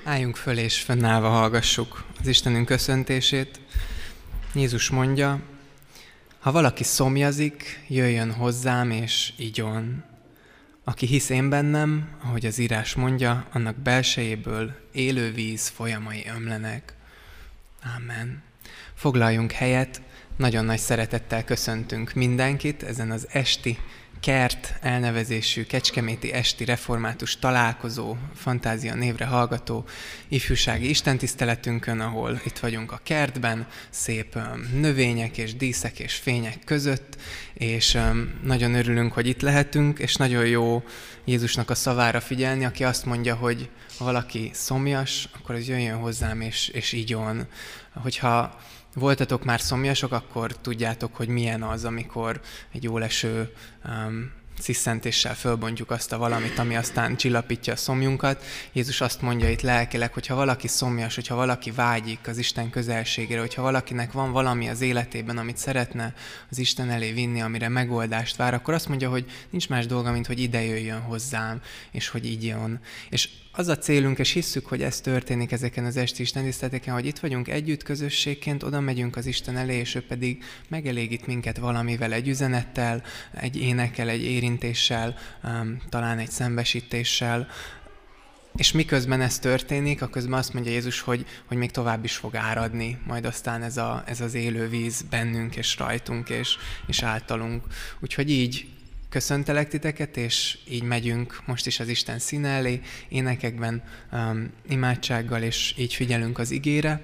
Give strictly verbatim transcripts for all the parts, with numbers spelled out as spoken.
Álljunk föl és fennállva hallgassuk az Istenünk köszöntését. Jézus mondja, ha valaki szomjazik, jöjjön hozzám és igyon. Aki hisz én bennem, ahogy az írás mondja, annak belsejéből élő víz folyamai ömlenek. Amen. Foglaljunk helyet, nagyon nagy szeretettel köszöntünk mindenkit ezen az esti Kert elnevezésű kecskeméti esti református találkozó, fantázia névre hallgató ifjúsági istentiszteletünkön, ahol itt vagyunk a kertben, szép növények és díszek és fények között, és nagyon örülünk, hogy itt lehetünk, és nagyon jó Jézusnak a szavára figyelni, aki azt mondja, hogy ha valaki szomjas, akkor az jöjjön hozzám és, és igyon. Hogyha voltatok már szomjasok, akkor tudjátok, hogy milyen az, amikor egy jóleső um, sziszentéssel fölbontjuk azt a valamit, ami aztán csillapítja a szomjunkat. Jézus azt mondja itt lelkileg, hogyha valaki szomjas, hogyha valaki vágyik az Isten közelségére, hogyha valakinek van valami az életében, amit szeretne az Isten elé vinni, amire megoldást vár, akkor azt mondja, hogy nincs más dolga, mint hogy ide jöjjön hozzám, és hogy így jön. És az a célunk, és hisszük, hogy ez történik ezeken az esti istentiszteleteken, hogy itt vagyunk együtt közösségként, oda megyünk az Isten elé, és ő pedig megelégít minket valamivel, egy üzenettel, egy énekkel, egy érintéssel, um, talán egy szembesítéssel. És miközben ez történik, aközben azt mondja Jézus, hogy, hogy még tovább is fog áradni, majd aztán ez, a, ez az élő víz bennünk, és rajtunk, és, és általunk. Úgyhogy így köszöntelek titeket, és így megyünk most is az Isten színe elé, énekekben, um, imádsággal, és így figyelünk az igére.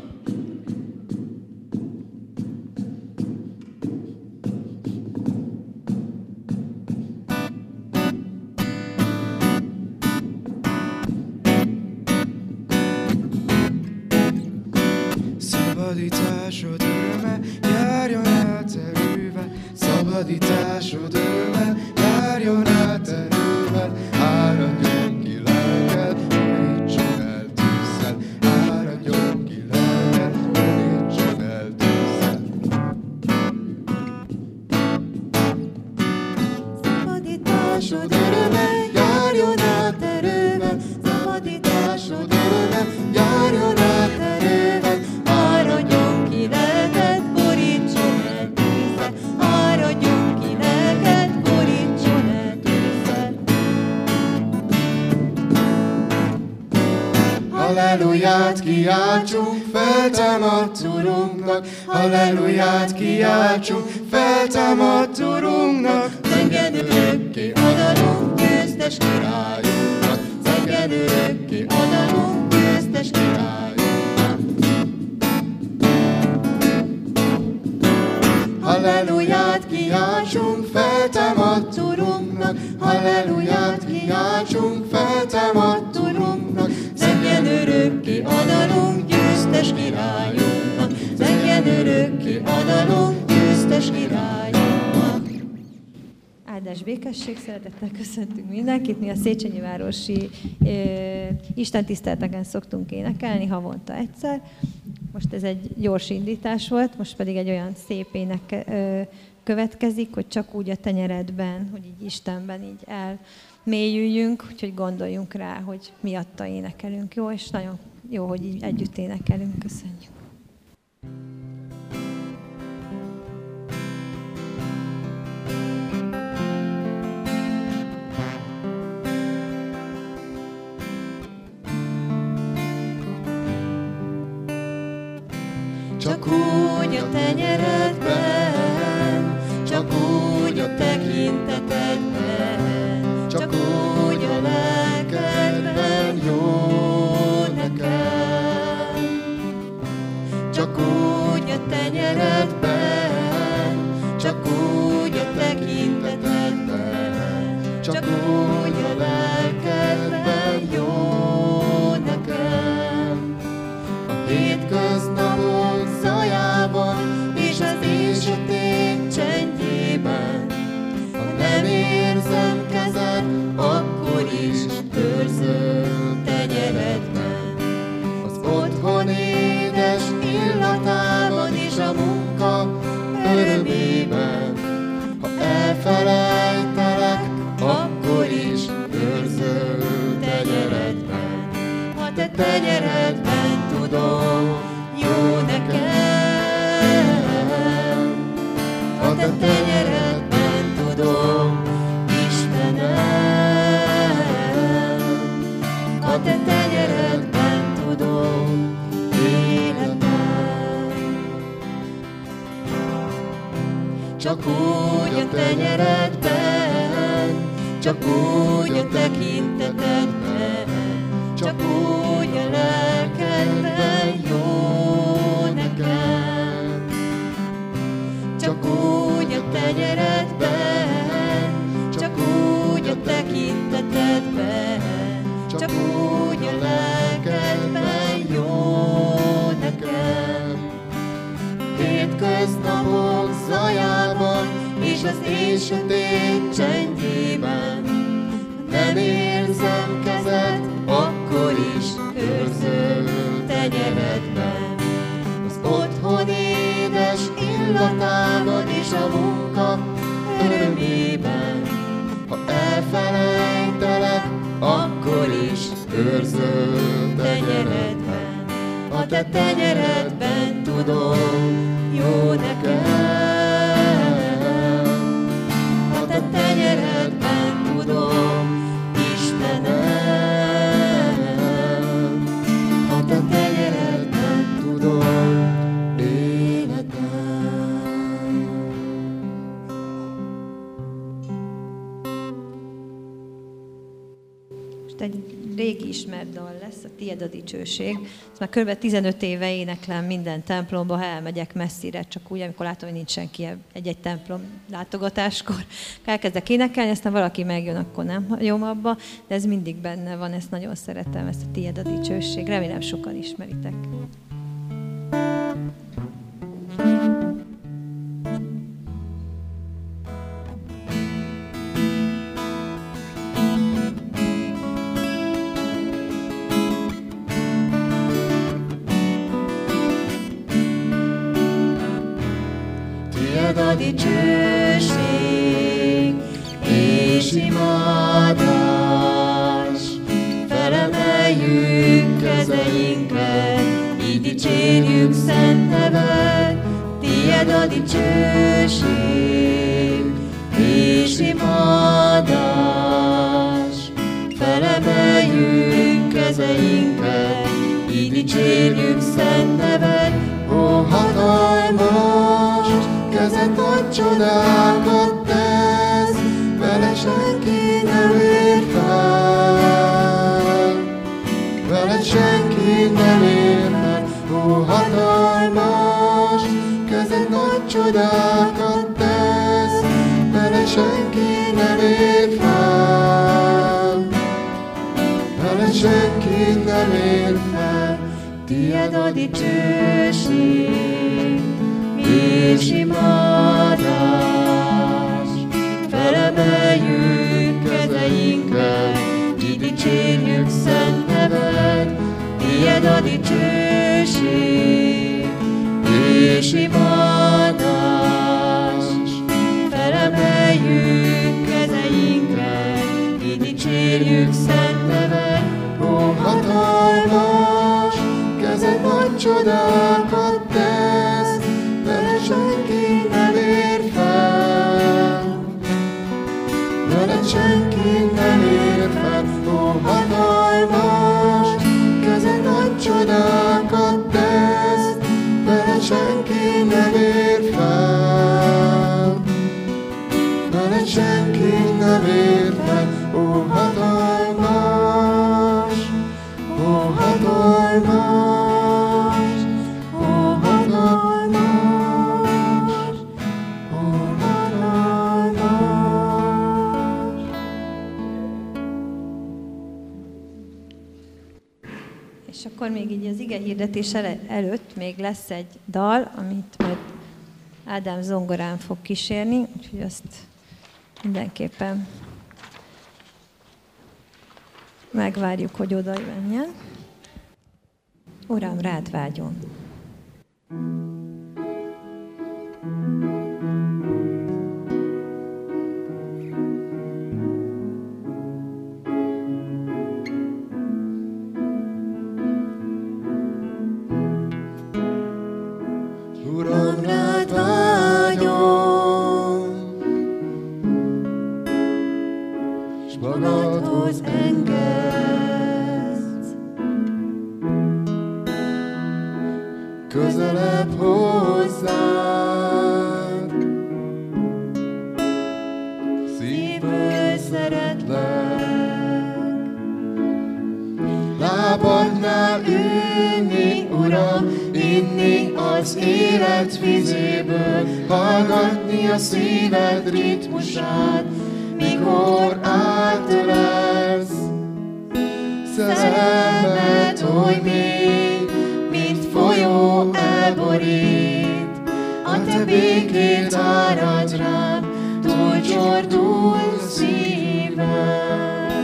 Szabadításod öröme, járjon át erővel, szabadításod öröme, járjon át erővel, áradjon ki lelked, borítson el tűzzel, áradjon ki lelked, borítson el tűzzel. Szabadításod öröme, járjon át erővel, szabadításod öröme, járjon át erővel, áradjon ki lelked, borítson el tűzzel, áradjon ki lelked, borítson el tűzzel. Halleluját kiáltsunk, feltámadt Urunknak, halleluját kiáltsunk, feltámadt Urunknak, zengen örökké adalunk győztes királyunknak, zengen örökké adalunk győztes királyunknak. Halleluját kiáltsunk, feltámadt Urunknak, halleluját kiáltsunk, feltámadt Urunknak, zengen örökké adalunk győztes királyunknak, zengen örökké adalunk győztes királyunknak. Áldás békesség, szeretettel köszöntünk mindenkit. Mi a Széchenyi városi e, istentiszteleteken szoktunk énekelni havonta egyszer. Most ez egy gyors indítás volt, most pedig egy olyan szép ének e, következik, hogy csak úgy a tenyeredben, hogy így Istenben így elmélyüljünk, úgyhogy gondoljunk rá, hogy miatta énekelünk. Jó, és nagyon jó, hogy így együtt énekelünk. Köszönjük. Csak úgy a tenyeredben, csak úgy a tekintetedben, csak úgy a lelkedben jó nekem. Csak úgy a tenyeredben, csak úgy a tekintetedben, csak úgy a lelkedben jó nekem. A hétköznapok zajában tenyeredben tudom, jó nekem. A te tenyeredben tudom, Istenem. A te tenyeredben tudom, életem. Csak úgy a tenyeredben, csak úgy a tekintetedben, csak úgy a lelkedben jó nekem. Csak úgy a tenyeredben, csak úgy a tekintetedben, csak úgy a lelkedben jó nekem. Hétköznapok zajában és az éj sötét csendjében nem érzem kezed, akkor is őrzöm tenyeredben. Az otthon édes illatában és a munka örömében, ha elfelejtelek, akkor is őrzöm tenyeredben. A te tenyeredben tudom, jó nekem. A te tenyeredben tudom, Istenem. A te tenyeredben tudom, életem. Most egy régi ismert dal lesz, a Tied a dicsőség. Ezt már kb. tizenöt éve éneklem minden templomba, ha elmegyek messzire, csak úgy, amikor látom, hogy nincs senki egy-egy templom látogatáskor. Elkezdek énekelni, aztán valaki megjön, akkor nem hagyom abba, de ez mindig benne van, ezt nagyon szeretem, ezt a Tied a dicsőség. Remélem sokan ismeritek. A dicsőség és imádás, felemeljük kezeinket, így dicsérjük szent neved. Tied a dicsőség és imádás, felemeljük kezeinket, így dicsérjük szent neved. Ó, hatalmas, kezed nagy csodákat tesz, vele senki nem ér fel. Vele senki nem ér fel. Ó, hatalmas, kezed nagy csodákat tesz, vele senki nem ér fel. Vele senki nem ér fel. Tied a dicsőség és imádás, felemeljük kezeinket, így dicsérjük szent neved. Tied a dicsőség és imádás, felemeljük kezeinket, így dicsérjük szent neved. Ó, hatalmas, kezed nagy csodákat tesz, vele senki nem ér fel. Vele senki nem ér fel. Ó, hatalmas, kezed nagy csodákat tesz, vele senki nem ér fel. Vele senki nem ér fel. Ó, hatalmas, ó, hatalmas, ó, hatalmas, ó, hatalmas. És akkor még így az ige hirdetés előtt még lesz egy dal, amit majd Ádám zongorán fog kísérni, úgyhogy azt mindenképpen megvárjuk, hogy oda menjen. Uram, rád vágyom. közelebb hozzád. Szívből szeretlek, lábadnál ülni, Uram, inni az élet vizéből, hallgatni a szíved ritmusát, mikor átölelsz. Szerelmed oly mély, mint folyó elborít, a te békét árad rám, túlcsordul szívem.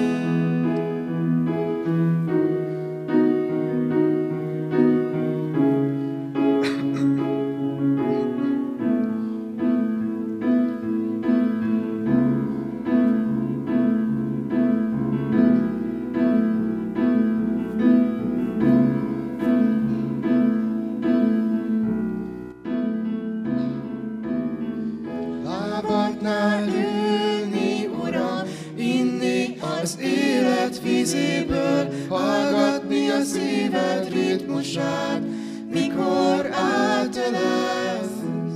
Lábadnál ülni, Uram, inni az élet vizéből, hallgatni a szíved ritmusát, mikor átölelsz.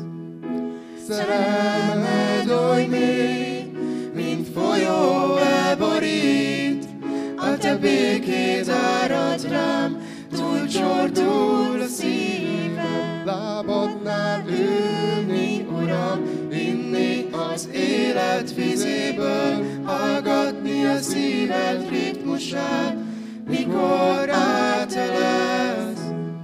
Szerelmed oly mély, mint folyó elborít, a te békét árad rám, túlcsordul a szívem. Lábadnál ülni, Uram, inni az élet vizéből, hallgatni a szíved ritmusát, mikor átölelsz.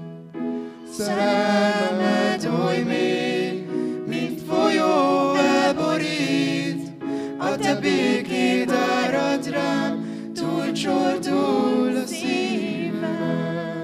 Szerelmed oly mély, mint folyó elborít, a te békét árad rám, túlcsordul a szívem.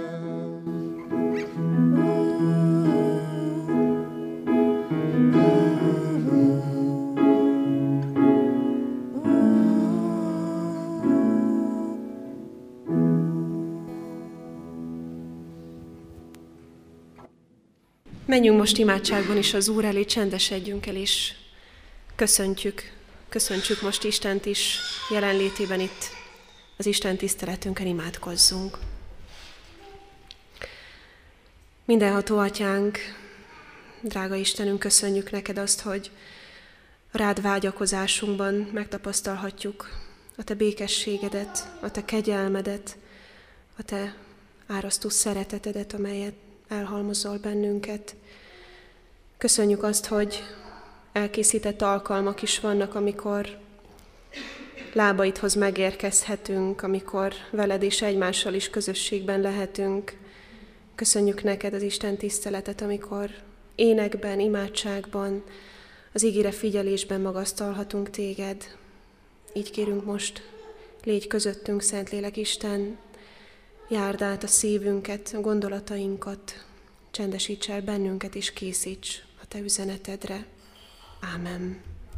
Menjünk most imádságban is az Úr elé, csendesedjünk el, és köszöntjük, köszöntsük most Istent is jelenlétében itt, az Isten tiszteletünkön imádkozzunk. Mindenható Atyánk, drága Istenünk, köszönjük neked azt, hogy rád vágyakozásunkban megtapasztalhatjuk a te békességedet, a te kegyelmedet, a te árasztó szeretetedet, amelyet elhalmozol bennünket. Köszönjük azt, hogy elkészített alkalmak is vannak, amikor lábaidhoz megérkezhetünk, amikor veled és egymással is közösségben lehetünk. Köszönjük neked az Isten tiszteletet, amikor énekben, imádságban, az ígére figyelésben magasztalhatunk téged. Így kérünk most, légy közöttünk, Szentlélek Isten, járd át a szívünket, a gondolatainkat, csendesíts el bennünket és készíts a te üzenetedre. Ámen.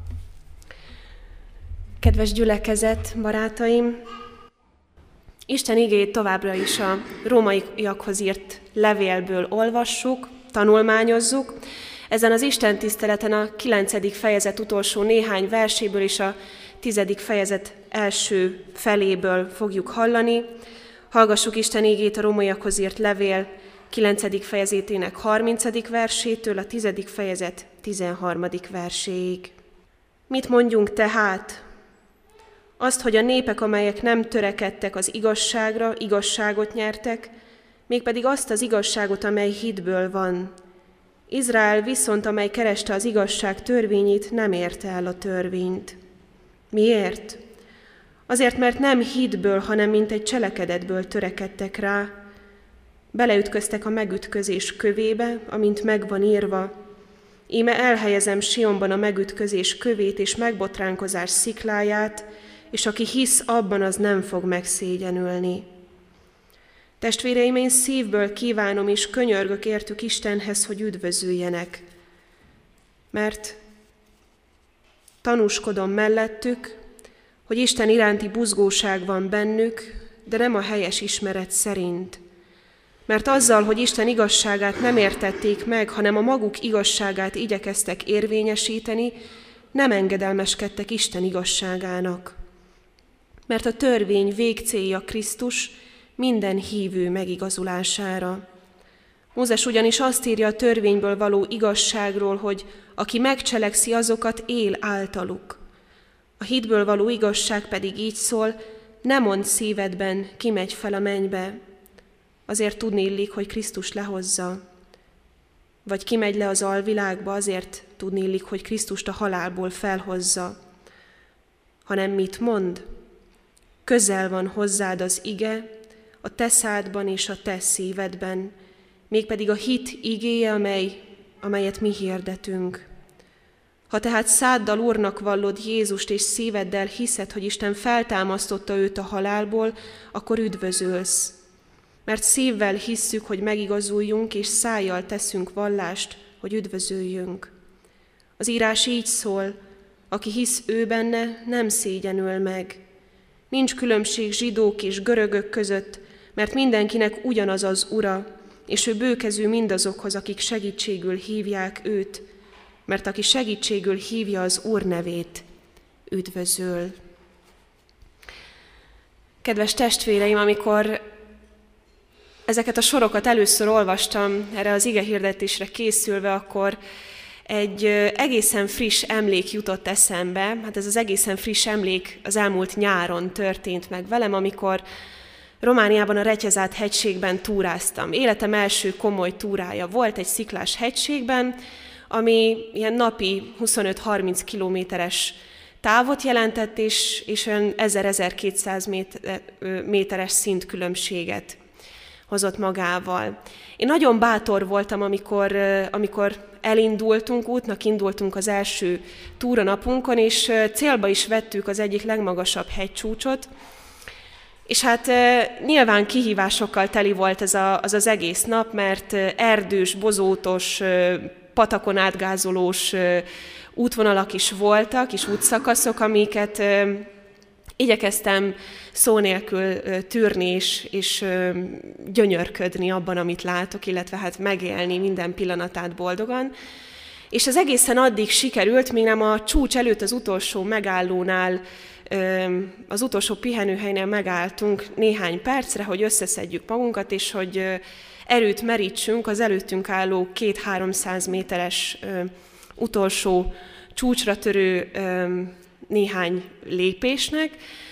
Kedves gyülekezet, barátaim! Isten igéjét továbbra is a rómaiakhoz írt levélből olvassuk, tanulmányozzuk. Ezen az Isten tiszteleten a kilencedik fejezet utolsó néhány verséből és a tizedik fejezet első feléből fogjuk hallani. Hallgassuk Isten igét a rómaiakhoz írt levél kilencedik fejezetének harmincadik versétől a tizedik fejezet tizenharmadik verséig. Mit mondjunk tehát? Azt, hogy a népek, amelyek nem törekedtek az igazságra, igazságot nyertek, mégpedig azt az igazságot, amely hitből van. Izrael viszont, amely kereste az igazság törvényét, nem érte el a törvényt. Miért? Azért, mert nem hitből, hanem mint egy cselekedetből törekedtek rá. Beleütköztek a megütközés kövébe, amint megvan írva. Íme elhelyezem Sionban a megütközés kövét és megbotránkozás szikláját, és aki hisz abban, az nem fog megszégyenülni. Testvéreim, én szívből kívánom és könyörgök értük Istenhez, hogy üdvözüljenek. Mert tanúskodom mellettük, hogy Isten iránti buzgóság van bennük, de nem a helyes ismeret szerint. Mert azzal, hogy Isten igazságát nem értették meg, hanem a maguk igazságát igyekeztek érvényesíteni, nem engedelmeskedtek Isten igazságának. Mert a törvény végcélja Krisztus minden hívő megigazulására. Mózes ugyanis azt írja a törvényből való igazságról, hogy aki megcselekszi, azokat él általuk. A hitből való igazság pedig így szól, ne mondd szívedben, ki megy fel a mennybe. Azért tudni illik, hogy Krisztus lehozza. Vagy ki megy le az alvilágba, azért tudni illik, hogy Krisztust a halálból felhozza. Hanem mit mond? Közel van hozzád az ige, a te szádban és a te szívedben, mégpedig a hit igéje, amely, amelyet mi hirdetünk. Ha tehát száddal Úrnak vallod Jézust, és szíveddel hiszed, hogy Isten feltámasztotta őt a halálból, akkor üdvözölsz. Mert szívvel hisszük, hogy megigazuljunk, és szájjal teszünk vallást, hogy üdvözöljünk. Az írás így szól, aki hisz ő benne, nem szégyenül meg. Nincs különbség zsidók és görögök között, mert mindenkinek ugyanaz az Ura, és ő bőkezű mindazokhoz, akik segítségül hívják őt, mert aki segítségül hívja az Úr nevét, üdvözöl. Kedves testvéreim, amikor ezeket a sorokat először olvastam erre az igehirdetésre készülve, akkor egy egészen friss emlék jutott eszembe. Hát ez az egészen friss emlék az elmúlt nyáron történt meg velem, amikor Romániában a Retyezát hegységben túráztam. Életem első komoly túrája volt egy sziklás hegységben, ami ilyen napi huszonöt-harminc kilométeres távot jelentett, és, és olyan ezer-ezerkétszáz méteres szintkülönbséget hozott magával. Én nagyon bátor voltam, amikor, amikor elindultunk, útnak indultunk az első túranapunkon, és célba is vettük az egyik legmagasabb hegycsúcsot, és hát nyilván kihívásokkal teli volt ez a, az az egész nap, mert erdős, bozótos, patakon átgázolós útvonalak is voltak, és útszakaszok, amiket igyekeztem szó nélkül tűrni és, és gyönyörködni abban, amit látok, illetve hát megélni minden pillanatát boldogan. És ez egészen addig sikerült, míg nem a csúcs előtt az utolsó megállónál, az utolsó pihenőhelynél megálltunk néhány percre, hogy összeszedjük magunkat, és hogy erőt merítsünk az előttünk álló két-háromszáz méteres utolsó csúcsra törő néhány lépésnek,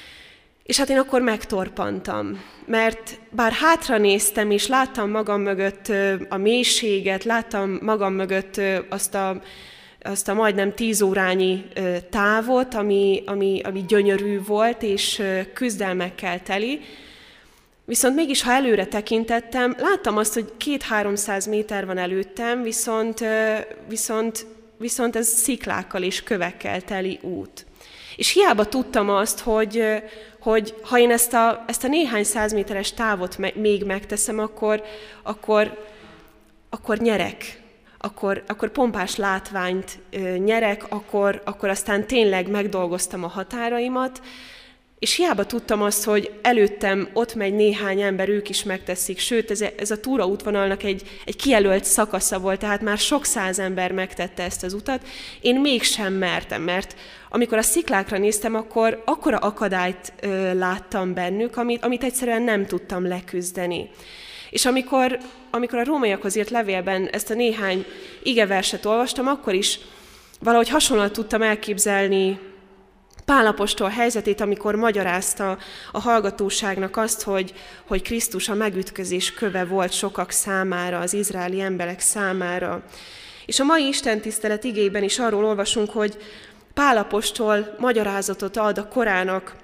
és hát én akkor megtorpantam, mert bár hátra néztem, és láttam magam mögött a mélységet, láttam magam mögött azt a, azt a majdnem tíz órányi távot, ami, ami, ami gyönyörű volt, és küzdelmekkel teli, viszont mégis, ha előre tekintettem, láttam azt, hogy két-háromszáz méter van előttem, viszont, viszont, viszont ez sziklákkal és kövekkel teli út. És hiába tudtam azt, hogy, hogy ha én ezt a, ezt a néhány száz méteres távot me, még megteszem, akkor, akkor, akkor nyerek, akkor, akkor pompás látványt nyerek, akkor, akkor aztán tényleg megdolgoztam a határaimat, és hiába tudtam azt, hogy előttem ott megy néhány ember, ők is megteszik, sőt, ez a, ez a túraútvonalnak egy, egy kijelölt szakasza volt, tehát már sok száz ember megtette ezt az utat, én mégsem mertem, mert amikor a sziklákra néztem, akkor akkora akadályt ö, láttam bennük, amit, amit egyszerűen nem tudtam leküzdeni. És amikor, amikor a rómaiakhoz írt levélben ezt a néhány igeverset olvastam, akkor is valahogy hasonlóan tudtam elképzelni Pál apostol helyzetét, amikor magyarázta a hallgatóságnak azt, hogy, hogy Krisztus a megütközés köve volt sokak számára, az izraeli emberek számára. És a mai istentisztelet igében is arról olvasunk, hogy Pál apostol magyarázatot ad a korának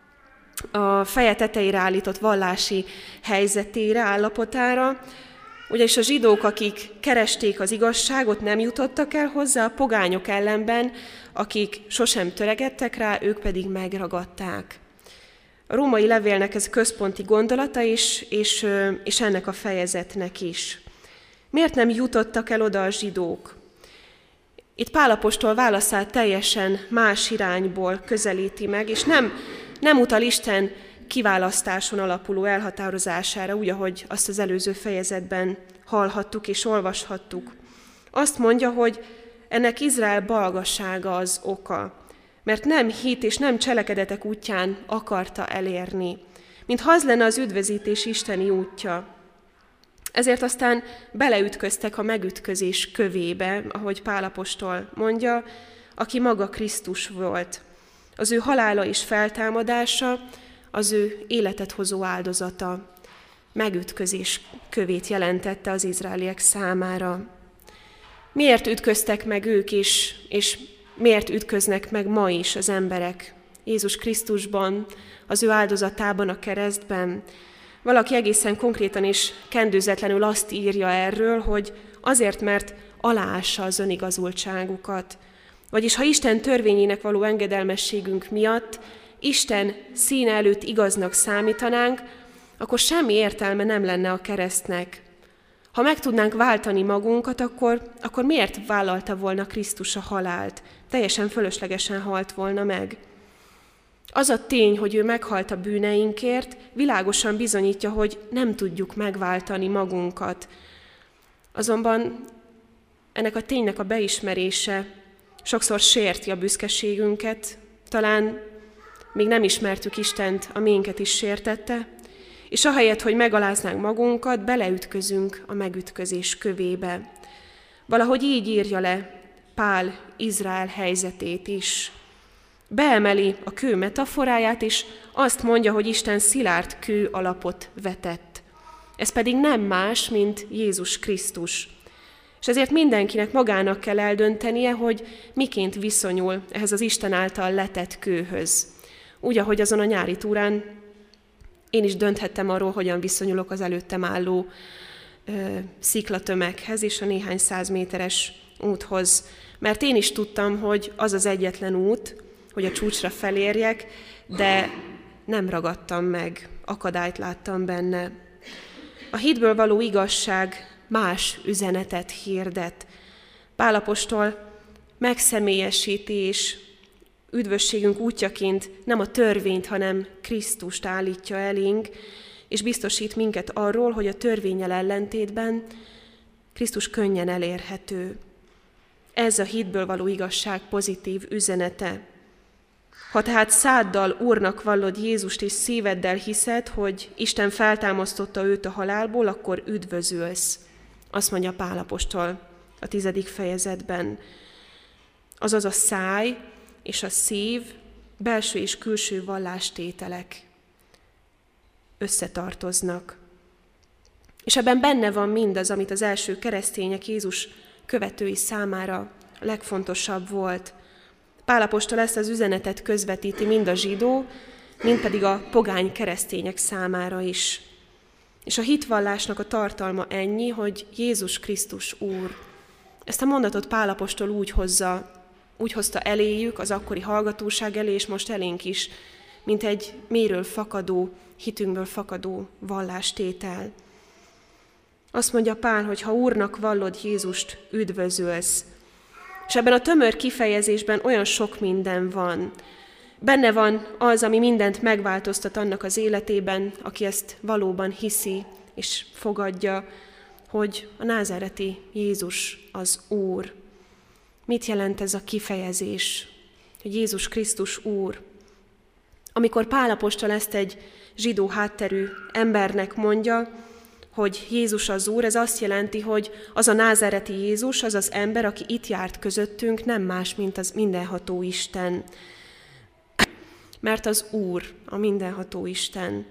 a feje tetejére állított vallási helyzetére, állapotára, ugyanis a zsidók, akik keresték az igazságot, nem jutottak el hozzá, a pogányok ellenben, akik sosem töregettek rá, ők pedig megragadták. A római levélnek ez központi gondolata is, és, és ennek a fejezetnek is. Miért nem jutottak el oda a zsidók? Itt Pál apostol válaszát teljesen más irányból közelíti meg, és nem, nem utal Isten kiválasztáson alapuló elhatározására, úgy, ahogy azt az előző fejezetben hallhattuk és olvashattuk. Azt mondja, hogy ennek Izrael balgassága az oka, mert nem hit és nem cselekedetek útján akarta elérni, mintha az lenne az üdvözítés isteni útja. Ezért aztán beleütköztek a megütközés kövébe, ahogy Pál apostol mondja, aki maga Krisztus volt. Az ő halála és feltámadása, az ő életet hozó áldozata megütközés kövét jelentette az izraeliek számára. Miért ütköztek meg ők is, és miért ütköznek meg ma is az emberek Jézus Krisztusban, az ő áldozatában, a keresztben? Valaki egészen konkrétan és kendőzetlenül azt írja erről, hogy azért, mert aláássa az önigazultságukat. Vagyis ha Isten törvényének való engedelmességünk miatt Isten színe előtt igaznak számítanánk, akkor semmi értelme nem lenne a keresztnek. Ha meg tudnánk váltani magunkat, akkor, akkor miért vállalta volna Krisztus a halált? Teljesen fölöslegesen halt volna meg. Az a tény, hogy ő meghalt a bűneinkért, világosan bizonyítja, hogy nem tudjuk megváltani magunkat. Azonban ennek a ténynek a beismerése sokszor sérti a büszkeségünket, talán még nem ismertük Istent, a miénket is sértette, és ahelyett, hogy megaláznánk magunkat, beleütközünk a megütközés kövébe. Valahogy így írja le Pál Izrael helyzetét is. Beemeli a kő metaforáját, és azt mondja, hogy Isten szilárd kő alapot vetett. Ez pedig nem más, mint Jézus Krisztus. És ezért mindenkinek magának kell eldöntenie, hogy miként viszonyul ehhez az Isten által letett kőhöz. Úgy, ahogy azon a nyári túrán én is dönthettem arról, hogyan viszonyulok az előttem álló ö, sziklatömeghez és a néhány száz méteres úthoz. Mert én is tudtam, hogy az az egyetlen út, hogy a csúcsra felérjek, de nem ragadtam meg, akadályt láttam benne. A hitből való igazság más üzenetet hirdet. Pál apostol megszemélyesíti és üdvösségünk útjaként nem a törvényt, hanem Krisztust állítja elénk, és biztosít minket arról, hogy a törvénnyel ellentétben Krisztus könnyen elérhető. Ez a hitből való igazság pozitív üzenete. Ha tehát száddal Úrnak vallod Jézust, és szíveddel hiszed, hogy Isten feltámasztotta őt a halálból, akkor üdvözülsz. Azt mondja Pál apostol a tizedik fejezetben. Azaz a száj és a szív, belső és külső vallástételek összetartoznak. És ebben benne van mindaz, amit az első keresztények Jézus követői számára a legfontosabb volt. Pál apostol ezt az üzenetet közvetíti mind a zsidó, mind pedig a pogány keresztények számára is. És a hitvallásnak a tartalma ennyi, hogy Jézus Krisztus Úr. Ezt a mondatot Pál apostol úgy hozza, úgy hozta eléjük, az akkori hallgatóság elé, és most elénk is, mint egy mélyről fakadó, hitünkből fakadó vallástétel. Azt mondja Pál, hogy ha Úrnak vallod Jézust, üdvözölsz. És ebben a tömör kifejezésben olyan sok minden van. Benne van az, ami mindent megváltoztat annak az életében, aki ezt valóban hiszi és fogadja, hogy a názáreti Jézus az Úr. Mit jelent ez a kifejezés, hogy Jézus Krisztus Úr? Amikor Pál apostol ezt egy zsidó hátterű embernek mondja, hogy Jézus az Úr, ez azt jelenti, hogy az a názáreti Jézus, az az ember, aki itt járt közöttünk, nem más, mint az mindenható Isten. Mert az Úr, a mindenható Isten.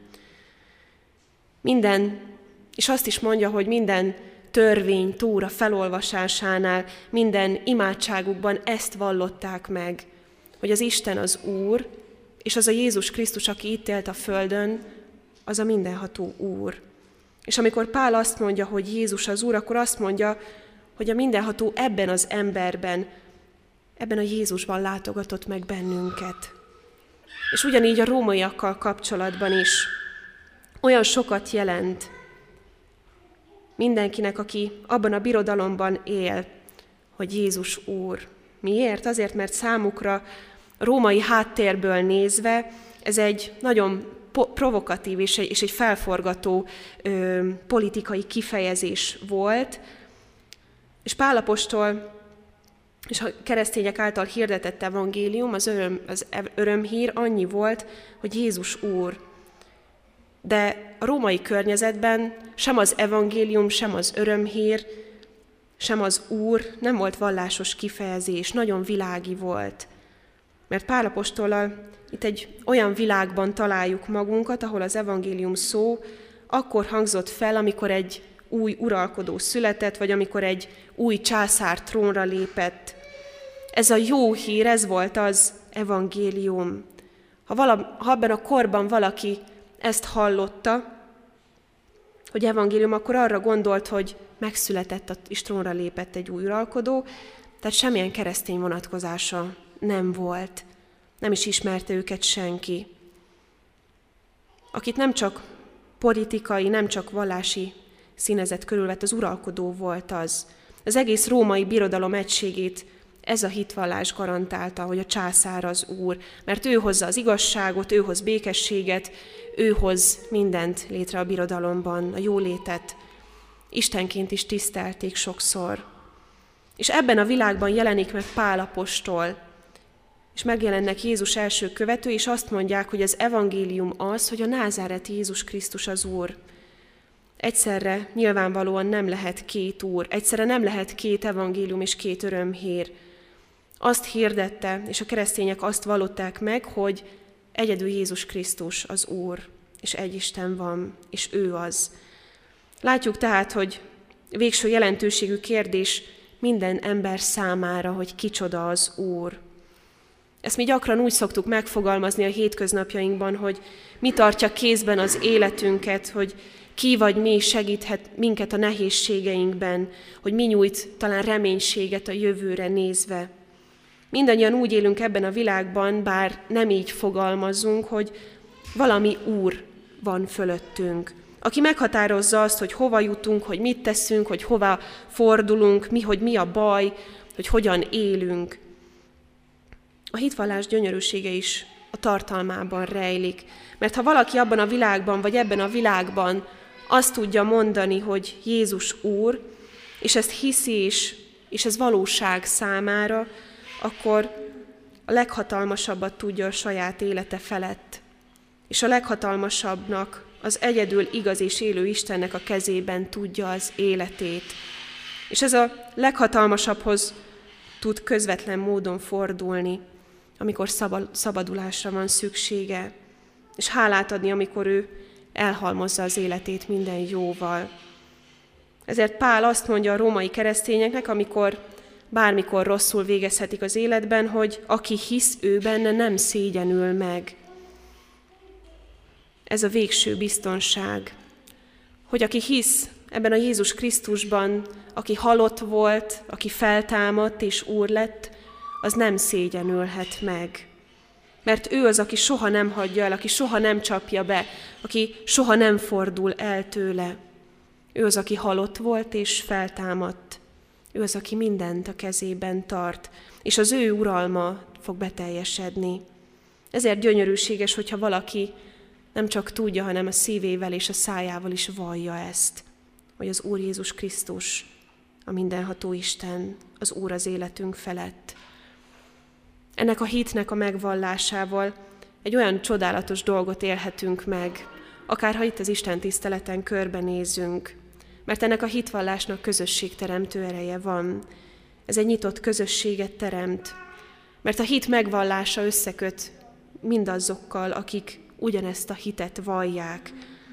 Minden, és azt is mondja, hogy minden törvény, tóra felolvasásánál, minden imádságukban ezt vallották meg, hogy az Isten az Úr, és az a Jézus Krisztus, aki itt élt a földön, az a mindenható Úr. És amikor Pál azt mondja, hogy Jézus az Úr, akkor azt mondja, hogy a mindenható ebben az emberben, ebben a Jézusban látogatott meg bennünket. És ugyanígy a rómaiakkal kapcsolatban is olyan sokat jelent mindenkinek, aki abban a birodalomban él, hogy Jézus Úr. Miért? Azért, mert számukra római háttérből nézve ez egy nagyon provokatív és egy, és egy felforgató ö, politikai kifejezés volt, és Pál apostol és a keresztények által hirdetett evangélium, az, öröm, az örömhír annyi volt, hogy Jézus Úr. de a római környezetben sem az evangélium, sem az örömhír, sem az Úr nem volt vallásos kifejezés, nagyon világi volt. Mert Pál apostollal itt egy olyan világban találjuk magunkat, ahol az evangélium szó akkor hangzott fel, amikor egy új uralkodó született, vagy amikor egy új császár trónra lépett. Ez a jó hír, ez volt az evangélium. Ha, vala, ha abban a korban valaki ezt hallotta, hogy evangélium, akkor arra gondolt, hogy megszületett és trónra lépett egy új uralkodó, tehát semmilyen keresztény vonatkozása nem volt. Nem is ismerte őket senki. Akit nem csak politikai, nem csak vallási színezet körülvett, az uralkodó volt az. Az egész római birodalom egységét ez a hitvallás garantálta, hogy a császár az Úr, mert ő hozza az igazságot, ő hoz békességet, ő hoz mindent létre a birodalomban, a jólétet. Istenként is tisztelték sokszor. És ebben a világban jelenik meg Pál apostol, és megjelennek Jézus első követő, és azt mondják, hogy az evangélium az, hogy a názáreti Jézus Krisztus az Úr. Egyszerre nyilvánvalóan nem lehet két Úr, egyszerre nem lehet két evangélium és két örömhír. Azt hirdette, és a keresztények azt vallották meg, hogy egyedül Jézus Krisztus az Úr, és egy Isten van, és ő az. Látjuk tehát, hogy végső jelentőségű kérdés minden ember számára, hogy kicsoda az Úr. Ezt mi gyakran úgy szoktuk megfogalmazni a hétköznapjainkban, hogy mi tartja kézben az életünket, hogy ki vagy mi segíthet minket a nehézségeinkben, hogy mi nyújt talán reménységet a jövőre nézve. Mindannyian úgy élünk ebben a világban, bár nem így fogalmazunk, hogy valami Úr van fölöttünk, aki meghatározza azt, hogy hova jutunk, hogy mit teszünk, hogy hova fordulunk, mi, hogy mi a baj, hogy hogyan élünk. A hitvallás gyönyörűsége is a tartalmában rejlik. Mert ha valaki abban a világban, vagy ebben a világban azt tudja mondani, hogy Jézus Úr, és ezt hiszi, és, és ez valóság számára, akkor a leghatalmasabbat tudja a saját élete felett. És a leghatalmasabbnak, az egyedül igaz és élő Istennek a kezében tudja az életét. És ez a leghatalmasabbhoz tud közvetlen módon fordulni, amikor szabadulásra van szüksége, és hálát adni, amikor ő elhalmozza az életét minden jóval. Ezért Pál azt mondja a római keresztényeknek, amikor bármikor rosszul végezhetik az életben, hogy aki hisz ő benne, nem szégyenül meg. Ez a végső biztonság, hogy aki hisz ebben a Jézus Krisztusban, aki halott volt, aki feltámadt és Úr lett, az nem szégyenülhet meg. Mert ő az, aki soha nem hagyja el, aki soha nem csapja be, aki soha nem fordul el tőle. Ő az, aki halott volt és feltámadt. Ő az, aki mindent a kezében tart, és az ő uralma fog beteljesedni. Ezért gyönyörűséges, hogyha valaki nem csak tudja, hanem a szívével és a szájával is vallja ezt, hogy az Úr Jézus Krisztus, a mindenható Isten, az Úr az életünk felett. Ennek a hitnek a megvallásával egy olyan csodálatos dolgot élhetünk meg, akárha itt az Isten tiszteleten körbenézünk, mert ennek a hitvallásnak közösségteremtő ereje van. Ez egy nyitott közösséget teremt, mert a hit megvallása összeköt mindazokkal, akik ugyanezt a hitet vallják.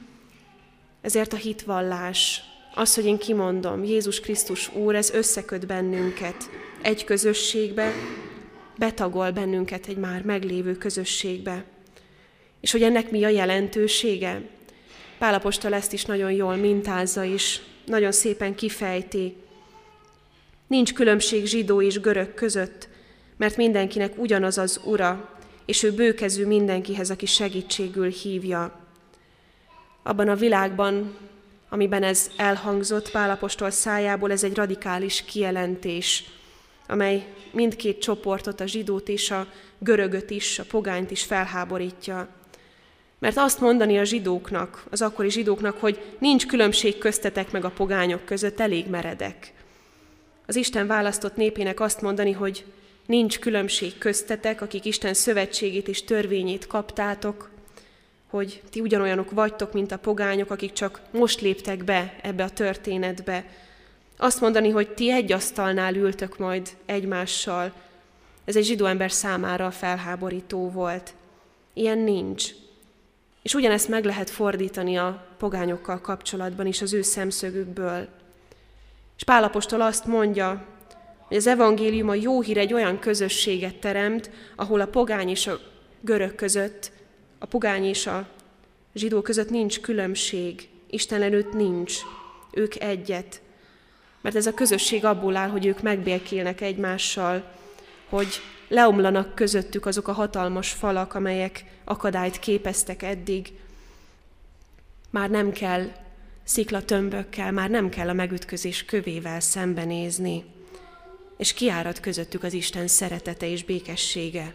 Ezért a hitvallás, az, hogy én kimondom, Jézus Krisztus Úr, ez összeköt bennünket egy közösségbe, betagol bennünket egy már meglévő közösségbe. És hogy ennek mi a jelentősége? Pál apostol ezt is nagyon jól mintázza, és nagyon szépen kifejti. Nincs különbség zsidó és görög között, mert mindenkinek ugyanaz az Ura, és ő bőkezű mindenkihez, aki segítségül hívja. Abban a világban, amiben ez elhangzott Pál apostol szájából, ez egy radikális kijelentés, amely mindkét csoportot, a zsidót és a görögöt is, a pogányt is felháborítja. Mert azt mondani a zsidóknak, az akkori zsidóknak, hogy nincs különbség köztetek meg a pogányok között, elég meredek. Az Isten választott népének azt mondani, hogy nincs különbség köztetek, akik Isten szövetségét és törvényét kaptátok, hogy ti ugyanolyanok vagytok, mint a pogányok, akik csak most léptek be ebbe a történetbe. Azt mondani, hogy ti egy asztalnál ültök majd egymással, ez egy zsidó ember számára felháborító volt. Ilyen nincs. És ugyanezt meg lehet fordítani a pogányokkal kapcsolatban is az ő szemszögükből. És Pál apostol azt mondja, hogy az evangélium, a jó hír egy olyan közösséget teremt, ahol a pogány és a görög között, a pogány és a zsidó között nincs különbség. Isten előtt nincs. Ők egyet. Mert ez a közösség abból áll, hogy ők megbékélnek egymással, hogy leomlanak közöttük azok a hatalmas falak, amelyek akadályt képeztek eddig. Már nem kell sziklatömbökkel, már nem kell a megütközés kövével szembenézni, és kiárad közöttük az Isten szeretete és békessége.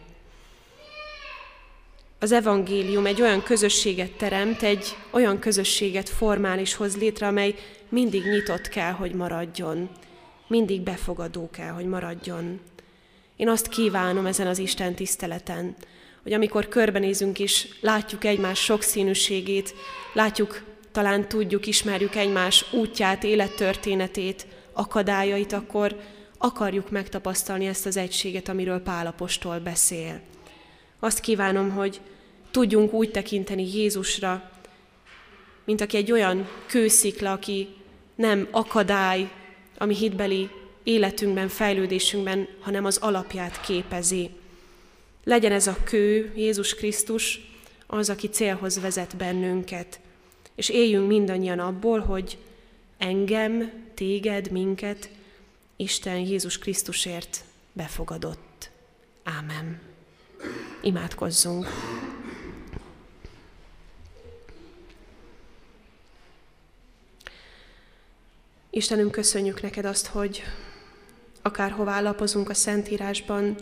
Az evangélium egy olyan közösséget teremt, egy olyan közösséget formál és hoz létre, amely mindig nyitott kell, hogy maradjon, mindig befogadó kell, hogy maradjon. Én azt kívánom ezen az Isten tiszteleten, hogy amikor körbenézünk is, látjuk egymás sokszínűségét, látjuk, talán tudjuk, ismerjük egymás útját, élettörténetét, akadályait, akkor akarjuk megtapasztalni ezt az egységet, amiről Pál apostol beszél. Azt kívánom, hogy tudjunk úgy tekinteni Jézusra, mint aki egy olyan kőszikla, aki nem akadály, ami hitbeli életünkben, fejlődésünkben, hanem az alapját képezi. Legyen ez a kő, Jézus Krisztus, az, aki célhoz vezet bennünket, és éljünk mindannyian abból, hogy engem, téged, minket Isten Jézus Krisztusért befogadott. Ámen. Imádkozzunk. Istenünk, köszönjük neked azt, hogy akárhová lapozunk a Szentírásban,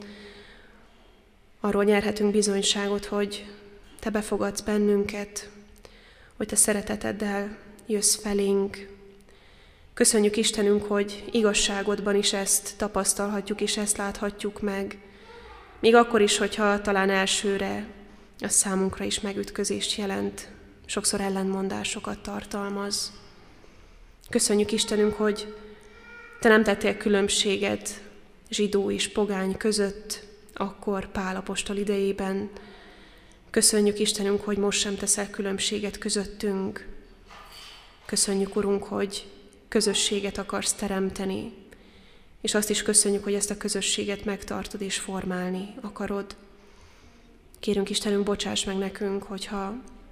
arról nyerhetünk bizonyságot, hogy te befogadsz bennünket, hogy te szereteteddel jössz felénk. Köszönjük, Istenünk, hogy igazságodban is ezt tapasztalhatjuk, és ezt láthatjuk meg. Még akkor is, hogyha talán elsőre a számunkra is megütközést jelent, sokszor ellentmondásokat tartalmaz. Köszönjük, Istenünk, hogy te nem tettél különbséget zsidó és pogány között, akkor Pál apostol idejében. Köszönjük, Istenünk, hogy most sem teszel különbséget közöttünk. Köszönjük, Urunk, hogy közösséget akarsz teremteni, és azt is köszönjük, hogy ezt a közösséget megtartod és formálni akarod. Kérünk, Istenünk, bocsáss meg nekünk, hogyha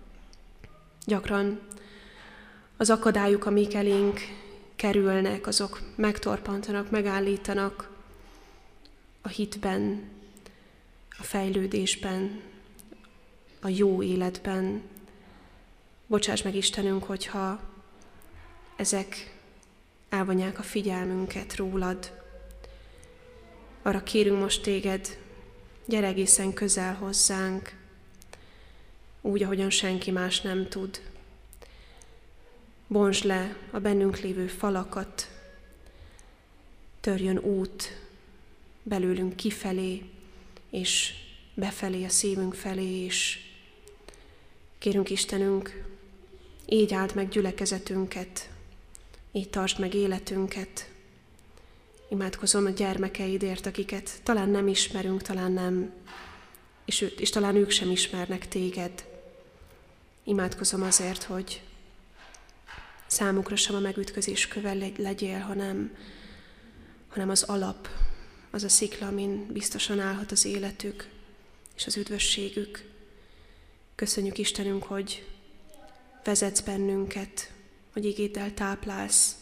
gyakran az akadályok, amik elénk kerülnek, azok megtorpantanak, megállítanak a hitben, a fejlődésben, a jó életben. Bocsáss meg, Istenünk, hogyha ezek elvonják a figyelmünket rólad. Arra kérünk most téged, gyere egészen közel hozzánk, úgy, ahogyan senki más nem tud. Bontsd le a bennünk lévő falakat, törjön út belőlünk kifelé, és befelé, a szívünk felé is. Kérünk, Istenünk, így áld meg gyülekezetünket, így tartsd meg életünket. Imádkozom a gyermekeidért, akiket talán nem ismerünk, talán nem, és, ő, és talán ők sem ismernek téged. Imádkozom azért, hogy számukra sem a megütközés köve legyél, hanem, hanem az alap, az a szikla, amin biztosan állhat az életük és az üdvösségük. Köszönjük, Istenünk, hogy vezetsz bennünket, hogy igéddel táplálsz.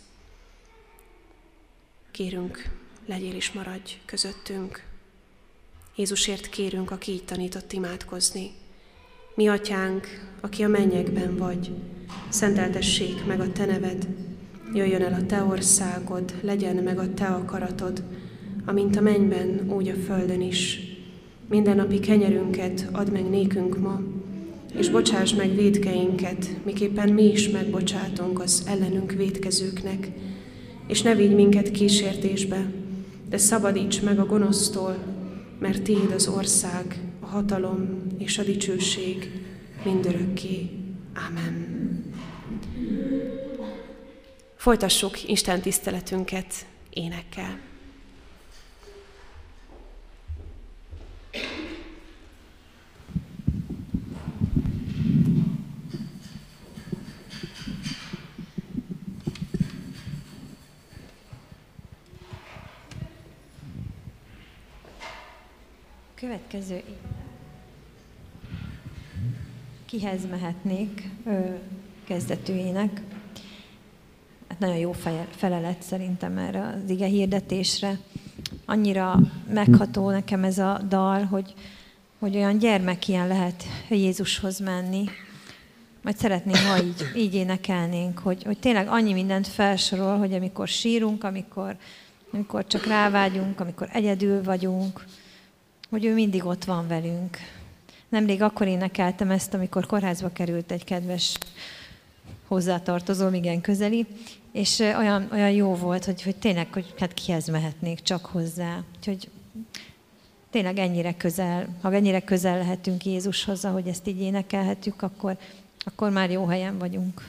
Kérünk, legyél és maradj közöttünk. Jézusért kérünk, aki így tanított imádkozni. Mi atyánk, aki a mennyekben vagy, szenteltessék meg a te neved, jöjjön el a te országod, legyen meg a te akaratod, amint a mennyben, úgy a földön is. Mindennapi kenyerünket add meg nékünk ma, és bocsáss meg vétkeinket, miképpen mi is megbocsátunk az ellenünk vétkezőknek, és ne vigy minket kísértésbe, de szabadíts meg a gonosztól, mert tiéd az ország, a hatalom és a dicsőség mindörökké. Ámen. Folytassuk Isten tiszteletünket énekkel. Következő kihez mehetnék kezdetűjének. Hát nagyon jó felelet szerintem erre az ige hirdetésre. Annyira megható nekem ez a dal, hogy, hogy olyan gyermekien lehet Jézushoz menni. Majd szeretném, ha így, így énekelnénk, hogy, hogy tényleg annyi mindent felsorol, hogy amikor sírunk, amikor, amikor csak rávágyunk, amikor egyedül vagyunk, hogy ő mindig ott van velünk. Nemrég akkor énekeltem ezt, amikor kórházba került egy kedves hozzátartozóm, igen közeli, és olyan, olyan jó volt, hogy, hogy tényleg, hogy hát kihez mehetnék csak hozzá. Úgyhogy tényleg ennyire közel, ha ennyire közel lehetünk Jézushoz, ahogy ezt így énekelhetjük, akkor, akkor már jó helyen vagyunk.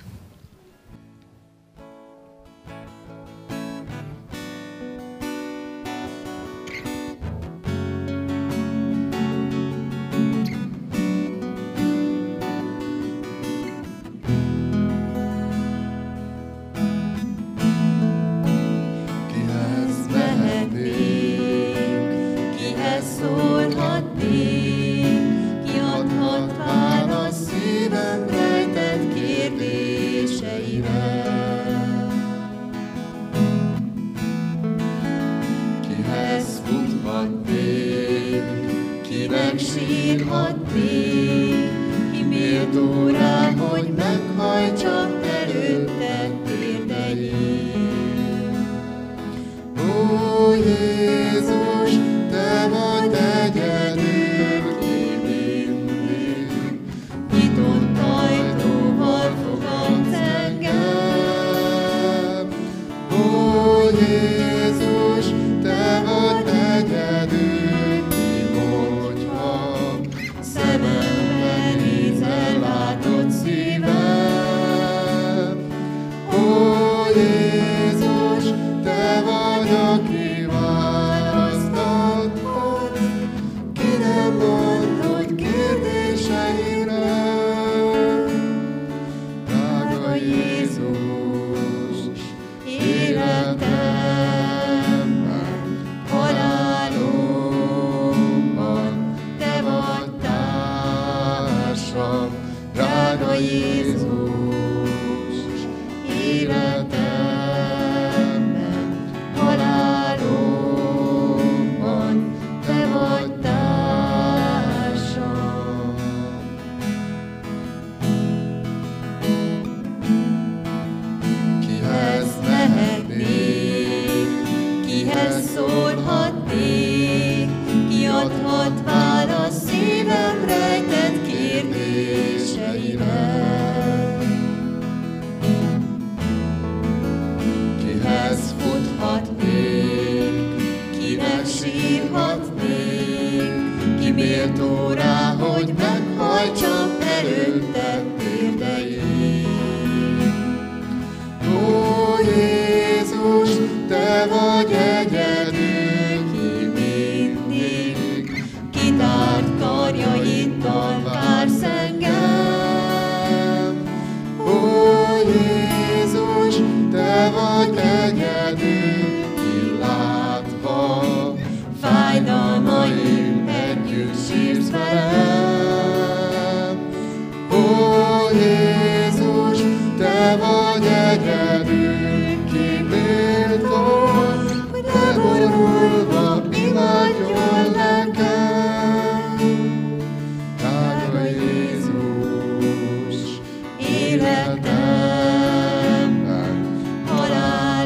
Életemben halál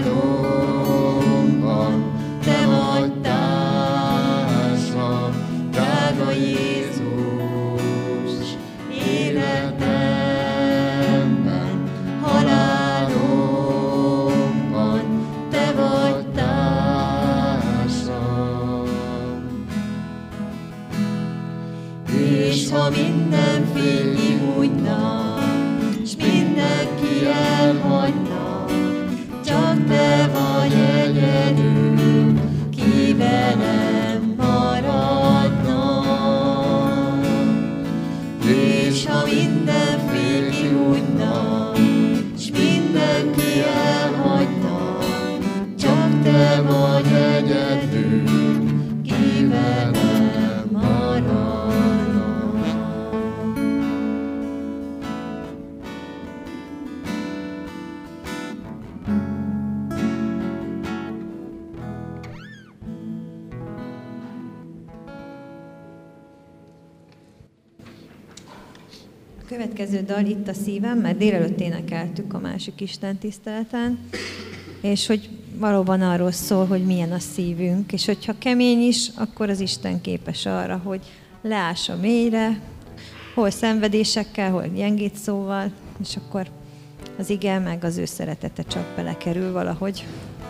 következő dal Itt a szívem, mert délelőtt énekeltük a másik Isten tiszteleten, és hogy valóban arról szól, hogy milyen a szívünk, és hogyha kemény is, akkor az Isten képes arra, hogy leássa mélyre, hol szenvedésekkel, hol gyengét szóval, és akkor az ige meg az ő szeretete csak belekerül valahogy.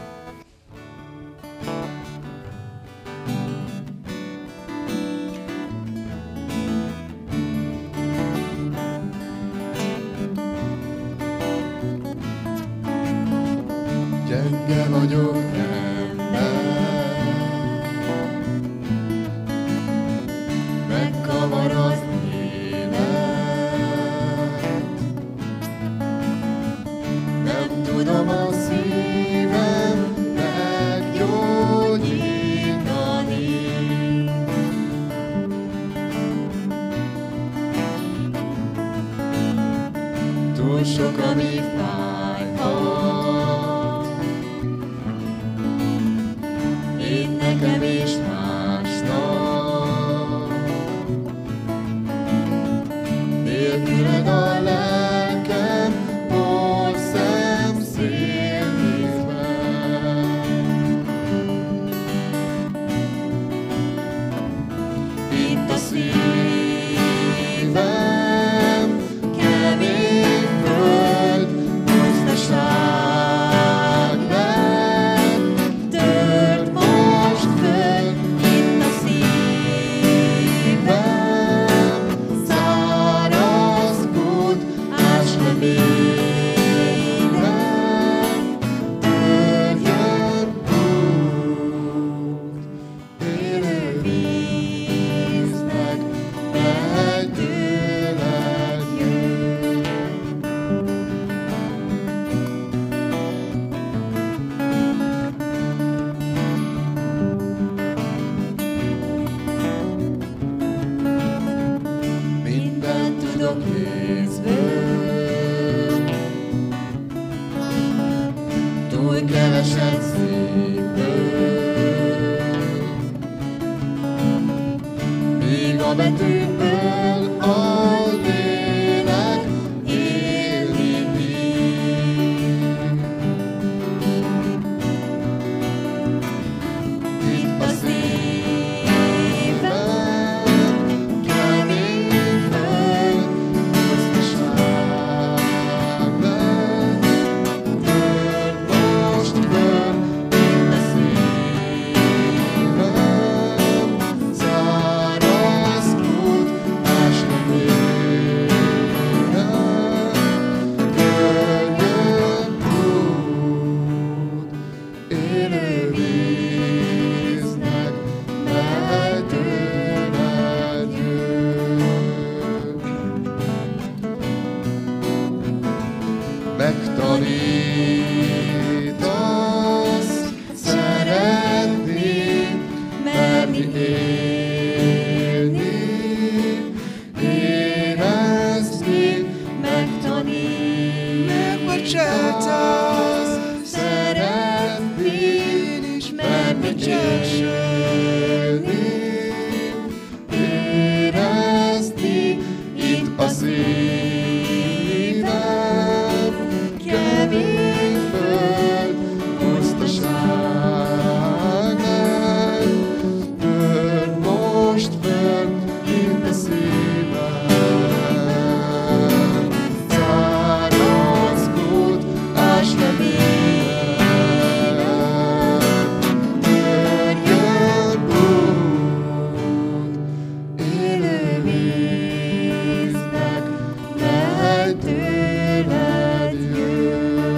Gyenge vagyok ember, megkavar az élet, nem tudom a szívem meggyógyítani. Túl sok, ami fájhat, nekem is másnak. Nélküled a lelkem hol szemszélnézben. Itt a szívem, kemény föld, pusztaság lett, tört most föl. Itt a szívem, száraz kút, ásd mélyre, törjön út, élő víznek, megy tőled jön. Mindent tudok Jézből, túl keveset szívből, míg a betűkből a lélek élni bír. Itt a szívem, kemény föld, pusztaság lett, tört most föl. Itt a szívem, száraz kút, ásd mélyre, törjön út, élő víznek, megy tőled jön. Megtanítasz szeretni, merni élni, érezni, megtanít, megbocsátasz, szeretni, és merni élni, érezni. Itt a szívem, kemény föld, pusztaság lett, tört most föl. Itt a szívem, száraz kút, ásd mélyre, törjön út, élő víznek, megy tőled jön.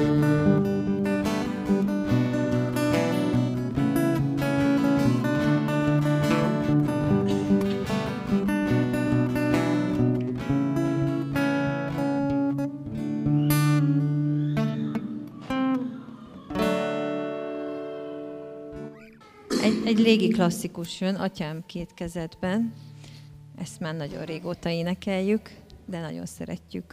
Egy, egy régi klasszikus jön, Atyám két kezedben. Ezt már nagyon régóta énekeljük, de nagyon szeretjük.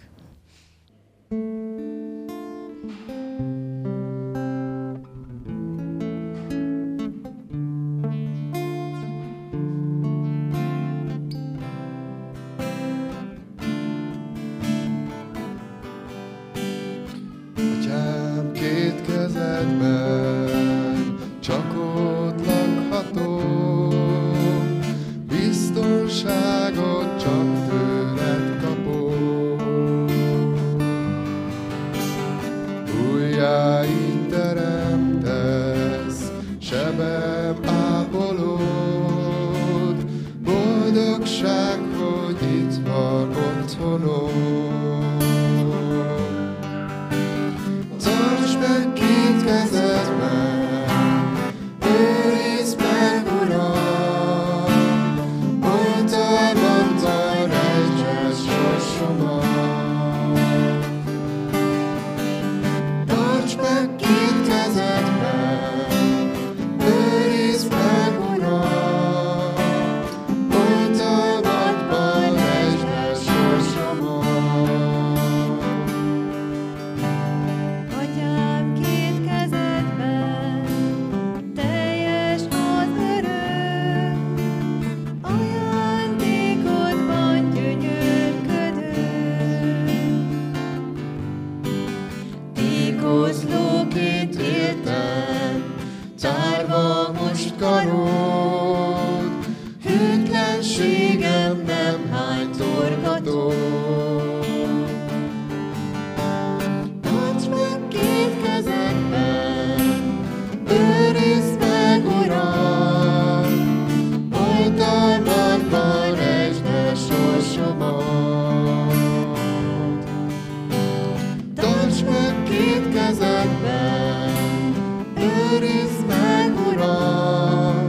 őrizd meg, Uram,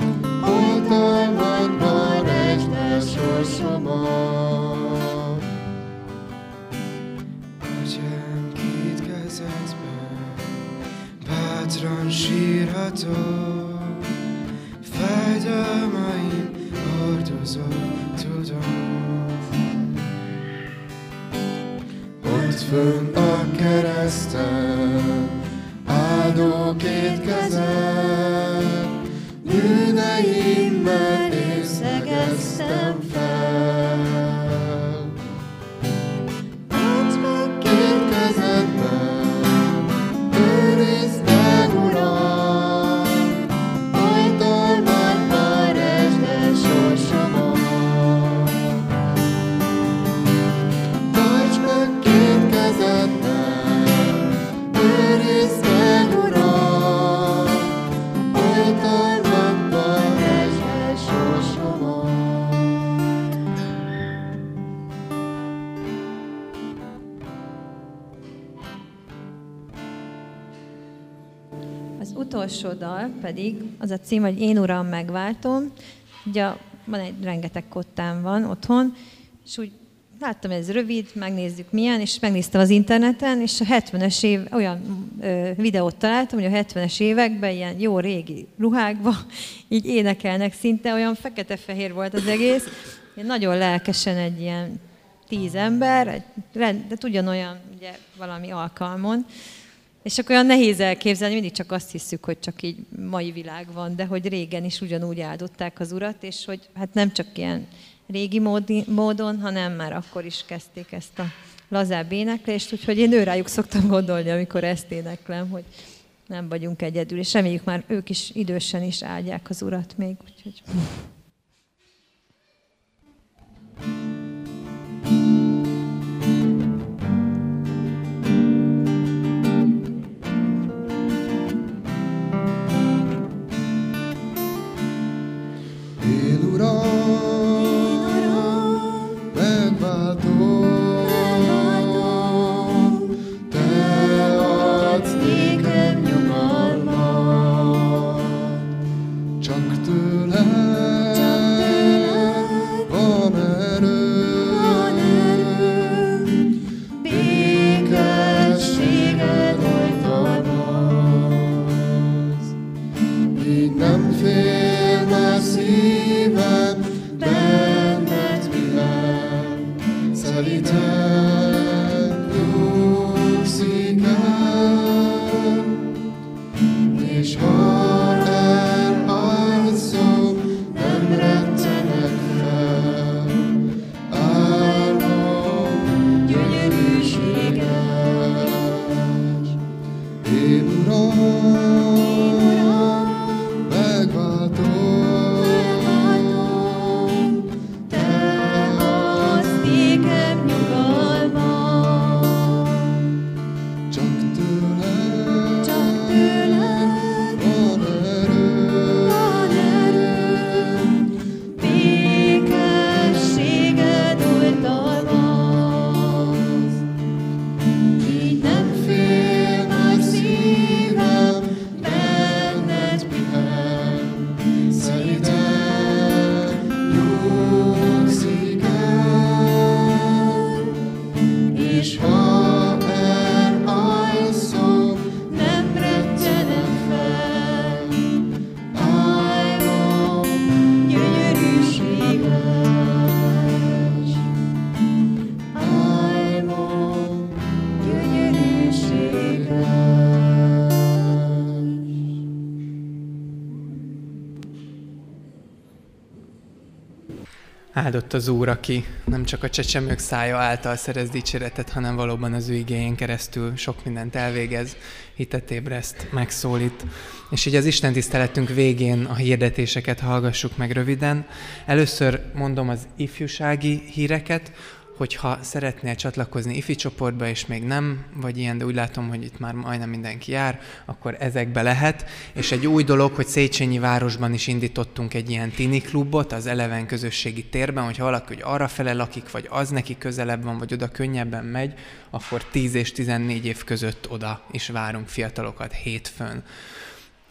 oltalmadban rejtsd sorsomat. Atyám, két kezedben bátran sírhatok, fájdalmaim hordozok, tudom. Ott fönn a kereszten áldó két kezed, bűneimmel én szegeztem fel. Add meg két kezedben, őrizd meg, Uram, oltalmadban rejtsd el sorsomat. Tarts meg két kezedben, őrizd meg, Uram, oltalmadban rejtsd el sorsomat. Az utolsó dal pedig az a cím, hogy Én Uram, megváltom. Ugye van egy rengeteg kottám van otthon, és úgy láttam, ez rövid, megnézzük milyen, és megnéztem az interneten, és a hetvenes év, olyan ö, videót találtam, hogy a hetvenes években ilyen jó régi ruhákban így énekelnek szinte, olyan fekete-fehér volt az egész. Én nagyon lelkesen egy ilyen tíz ember, egy, rend, de ugyanolyan ugye, valami alkalmon. És akkor olyan nehéz elképzelni, mindig csak azt hiszük, hogy csak így mai világ van, de hogy régen is ugyanúgy áldották az Urat, és hogy hát nem csak ilyen régi módi, módon, hanem már akkor is kezdték ezt a lazább éneklést, úgyhogy én őrájuk szoktam gondolni, amikor ezt éneklem, hogy nem vagyunk egyedül, és reméljük már ők is idősen is áldják az Urat még, úgyhogy... Én Uram, megváltom, Te adsz nékem nyugalmat. Csak tőled van erő, békességed oltalmaz. Így nem félne szívem, benned pihen, szelíten nyugszik el. És ha elalszom, nem rettenek fel, álmom gyönyörűséges. Én Uram, megváltom, Te adsz nékem nyugalmat. Csak tőled, csak tőled van erő, van erő, békességed oltalmaz. Így nem fél nagy szívem, benned pihen, szelíten nyugszik el. És ha elalszom, nem rettenek fel, álmom gyönyörűséges. Álmom gyönyörűséges. Áldott az Úr, aki nem csak a csecsemők szája által szerez dicséretet, hanem valóban az ő igéjén keresztül sok mindent elvégez, hitet ébreszt, megszólít. És így az Isten tiszteletünk végén a hirdetéseket hallgassuk meg röviden. Először mondom az ifjúsági híreket, hogyha szeretnél csatlakozni ifi csoportba, és még nem vagy ilyen, de úgy látom, hogy itt már majdnem mindenki jár, akkor ezekbe lehet. És egy új dolog, hogy Széchenyi városban is indítottunk egy ilyen tini klubot az Eleven közösségi térben, hogyha valaki hogy arrafele lakik, vagy az neki közelebb van, vagy oda könnyebben megy, akkor tíz és tizennégy év között oda is várunk fiatalokat hétfőn.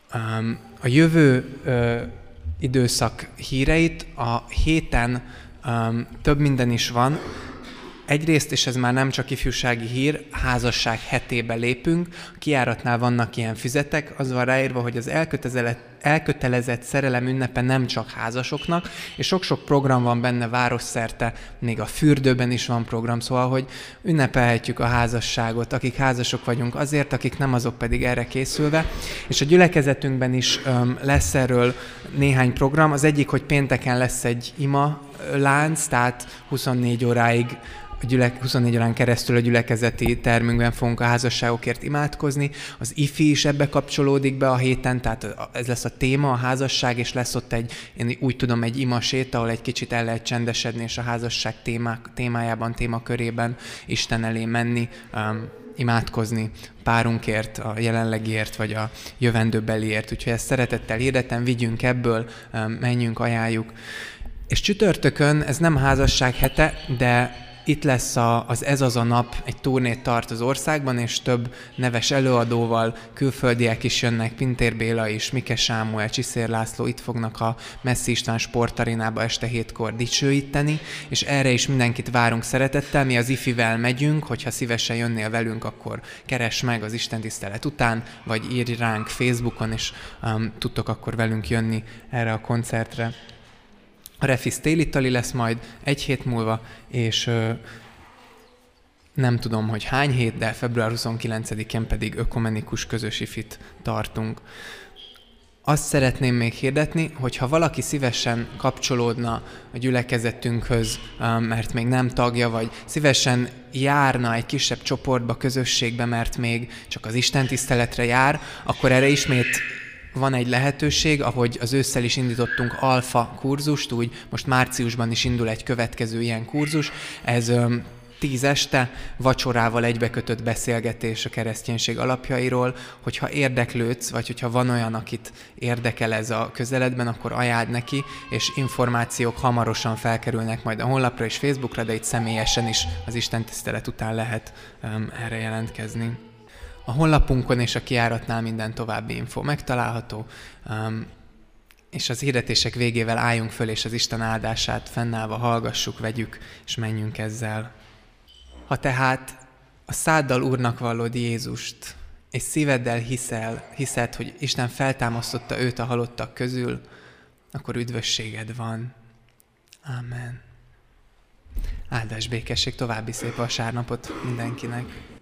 a jövő időszak híreit a héten több minden is van. Egyrészt, és ez már nem csak ifjúsági hír, házasság hetébe lépünk. A kijáratnál vannak ilyen füzetek, az van ráírva, hogy az elkötelezett, elkötelezett szerelem ünnepe nem csak házasoknak, és sok-sok program van benne városszerte, még a fürdőben is van program, szóval, hogy ünnepelhetjük a házasságot, akik házasok vagyunk azért, akik nem, azok pedig erre készülve. És a gyülekezetünkben is um, lesz erről néhány program. Az egyik, hogy pénteken lesz egy ima lánc, tehát huszonnégy óráig a gyülek, huszonnégy órán keresztül a gyülekezeti termünkben fogunk a házasságokért imádkozni. Az ifi is ebbe kapcsolódik be a héten, tehát ez lesz a téma, a házasság, és lesz ott egy, én úgy tudom, egy imasét, ahol egy kicsit el lehet csendesedni, és a házasság témák, témájában, témakörében Isten elé menni, um, imádkozni párunkért, a jelenlegiért, vagy a jövendőbeliért. Úgyhogy ezt szeretettel hirdetem, vigyünk ebből, um, menjünk, ajánljuk. És csütörtökön, ez nem házasság hete, de itt lesz a, az Ez az a nap, egy turnét tart az országban, és több neves előadóval, külföldiek is jönnek, Pintér Béla is, Mike Sámuel, Csiszér László, itt fognak a Messzi István sportarénába este hétkor dicsőíteni, és erre is mindenkit várunk szeretettel. Mi az ifivel megyünk, hogyha szívesen jönnél velünk, akkor keresd meg az istentisztelet után, vagy írj ránk Facebookon, és um, tudtok akkor velünk jönni erre a koncertre. A Refis téli tali lesz majd egy hét múlva, és ö, nem tudom, hogy hány hét, de február huszonkilencedikén pedig ökumenikus közös ifit tartunk. Azt szeretném még hirdetni, hogy ha valaki szívesen kapcsolódna a gyülekezetünkhöz, mert még nem tagja, vagy szívesen járna egy kisebb csoportba, közösségbe, mert még csak az istentiszteletre jár, akkor erre ismét van egy lehetőség, ahogy az ősszel is indítottunk alfa kurzust, úgy most márciusban is indul egy következő ilyen kurzus. Ez öm, tíz este vacsorával egybekötött beszélgetés a kereszténység alapjairól. Hogyha érdeklődsz, vagy hogyha van olyan, akit érdekel ez a közeledben, akkor ajánld neki, és információk hamarosan felkerülnek majd a honlapra és Facebookra, de itt személyesen is az istentisztelet után lehet öm, erre jelentkezni. A honlapunkon és a kijáratnál minden további info megtalálható, um, és az hirdetések végével álljunk föl, és az Isten áldását fennállva hallgassuk, vegyük, és menjünk ezzel. Ha tehát a száddal Úrnak vallod Jézust, és szíveddel hiszel, hiszed, hogy Isten feltámasztotta őt a halottak közül, akkor üdvösséged van. Ámen. Áldás békesség, további szép vasárnapot mindenkinek.